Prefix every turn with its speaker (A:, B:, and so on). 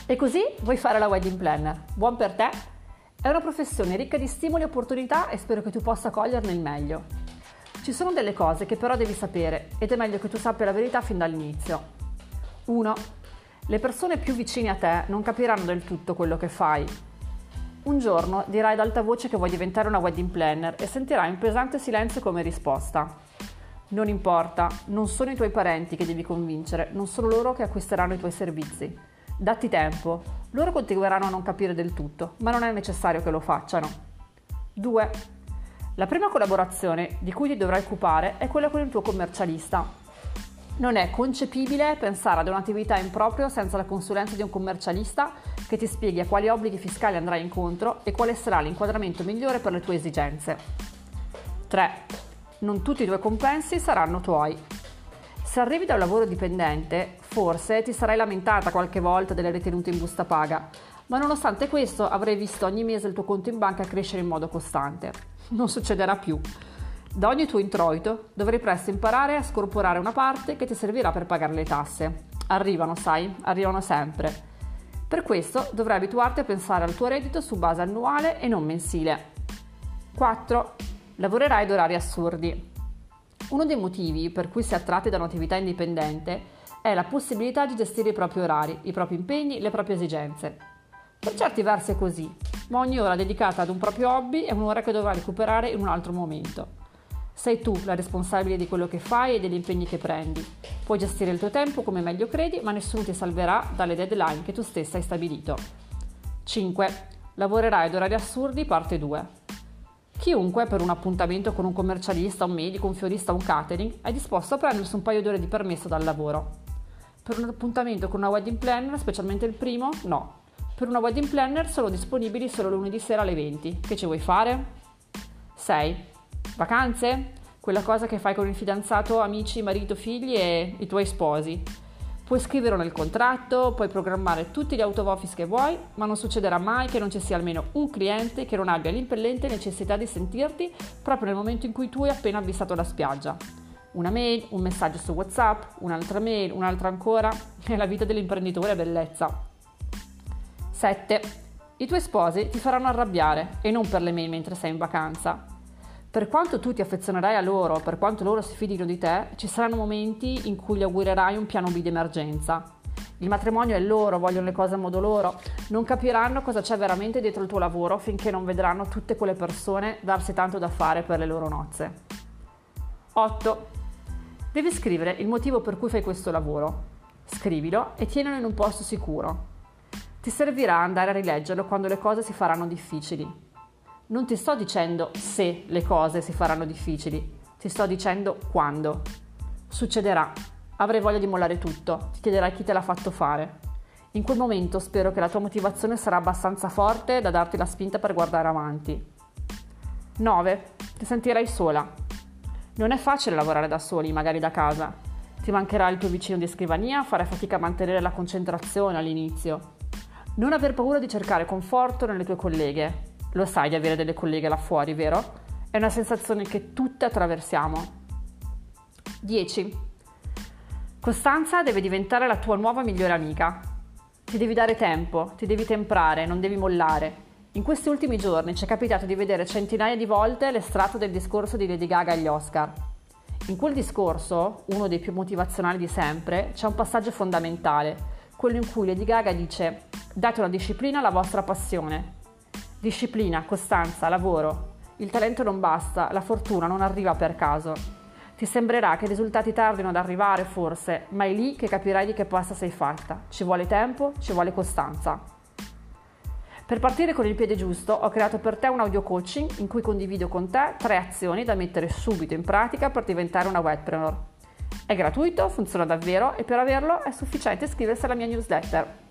A: E così vuoi fare la wedding planner. Buon per te! È una professione ricca di stimoli e opportunità e spero che tu possa coglierne il meglio. Ci sono delle cose che però devi sapere ed è meglio che tu sappia la verità fin dall'inizio. 1. Le persone più vicine a te non capiranno del tutto quello che fai. Un giorno dirai ad alta voce che vuoi diventare una wedding planner e sentirai un pesante silenzio come risposta. Non importa, non sono i tuoi parenti che devi convincere, non sono loro che acquisteranno i tuoi servizi. Datti tempo, loro continueranno a non capire del tutto, ma non è necessario che lo facciano. 2. La prima collaborazione di cui ti dovrai occupare è quella con il tuo commercialista. Non è concepibile pensare ad un'attività in proprio senza la consulenza di un commercialista che ti spieghi a quali obblighi fiscali andrai incontro e quale sarà l'inquadramento migliore per le tue esigenze. 3. Non tutti i tuoi compensi saranno tuoi. Se arrivi da un lavoro dipendente, forse ti sarai lamentata qualche volta delle ritenute in busta paga, ma nonostante questo avrai visto ogni mese il tuo conto in banca crescere in modo costante. Non succederà più. Da ogni tuo introito dovrai presto imparare a scorporare una parte che ti servirà per pagare le tasse. Arrivano, sai, arrivano sempre. Per questo dovrai abituarti a pensare al tuo reddito su base annuale e non mensile. 4. Lavorerai ad orari assurdi. Uno dei motivi per cui si è attratti da un'attività indipendente è la possibilità di gestire i propri orari, i propri impegni, le proprie esigenze. Per certi versi è così, ma ogni ora dedicata ad un proprio hobby è un'ora che dovrai recuperare in un altro momento. Sei tu la responsabile di quello che fai e degli impegni che prendi. Puoi gestire il tuo tempo come meglio credi, ma nessuno ti salverà dalle deadline che tu stessa hai stabilito. 5. Lavorerai ad orari assurdi, parte 2. Chiunque per un appuntamento con un commercialista, un medico, un fiorista o un catering è disposto a prendersi un paio d'ore di permesso dal lavoro. Per un appuntamento con una wedding planner, specialmente il primo, no. Per una wedding planner sono disponibili solo lunedì sera alle 20. Che ci vuoi fare? 6. Vacanze? Quella cosa che fai con il fidanzato, amici, marito, figli e i tuoi sposi. Puoi scriverlo nel contratto, puoi programmare tutti gli out of office che vuoi, ma non succederà mai che non ci sia almeno un cliente che non abbia l'impellente necessità di sentirti proprio nel momento in cui tu hai appena avvistato la spiaggia. Una mail, un messaggio su WhatsApp, un'altra mail, un'altra ancora, e la vita dell'imprenditore è bellezza. 7. I tuoi sposi ti faranno arrabbiare e non per le mail mentre sei in vacanza. Per quanto tu ti affezionerai a loro, per quanto loro si fidino di te, ci saranno momenti in cui gli augurerai un piano B di emergenza. Il matrimonio è loro, vogliono le cose a modo loro, non capiranno cosa c'è veramente dietro il tuo lavoro finché non vedranno tutte quelle persone darsi tanto da fare per le loro nozze. 8. Devi scrivere il motivo per cui fai questo lavoro. Scrivilo e tienilo in un posto sicuro. Ti servirà andare a rileggerlo quando le cose si faranno difficili. Non ti sto dicendo se le cose si faranno difficili, ti sto dicendo quando. Succederà, avrai voglia di mollare tutto, ti chiederai chi te l'ha fatto fare. In quel momento spero che la tua motivazione sarà abbastanza forte da darti la spinta per guardare avanti. 9. Ti sentirai sola. Non è facile lavorare da soli, magari da casa. Ti mancherà il tuo vicino di scrivania, farai fatica a mantenere la concentrazione all'inizio. Non aver paura di cercare conforto nelle tue colleghe. Lo sai di avere delle colleghe là fuori, vero? È una sensazione che tutte attraversiamo. 10. Costanza deve diventare la tua nuova migliore amica. Ti devi dare tempo, ti devi temprare, non devi mollare. In questi ultimi giorni ci è capitato di vedere centinaia di volte l'estratto del discorso di Lady Gaga agli Oscar. In quel discorso, uno dei più motivazionali di sempre, c'è un passaggio fondamentale, quello in cui Lady Gaga dice: date una disciplina alla vostra passione. Disciplina, costanza, lavoro. Il talento non basta, la fortuna non arriva per caso. Ti sembrerà che i risultati tardino ad arrivare forse, ma è lì che capirai di che pasta sei fatta. Ci vuole tempo, ci vuole costanza. Per partire con il piede giusto ho creato per te un audio coaching in cui condivido con te 3 azioni da mettere subito in pratica per diventare una webpreneur. È gratuito, funziona davvero e per averlo è sufficiente iscriversi alla mia newsletter.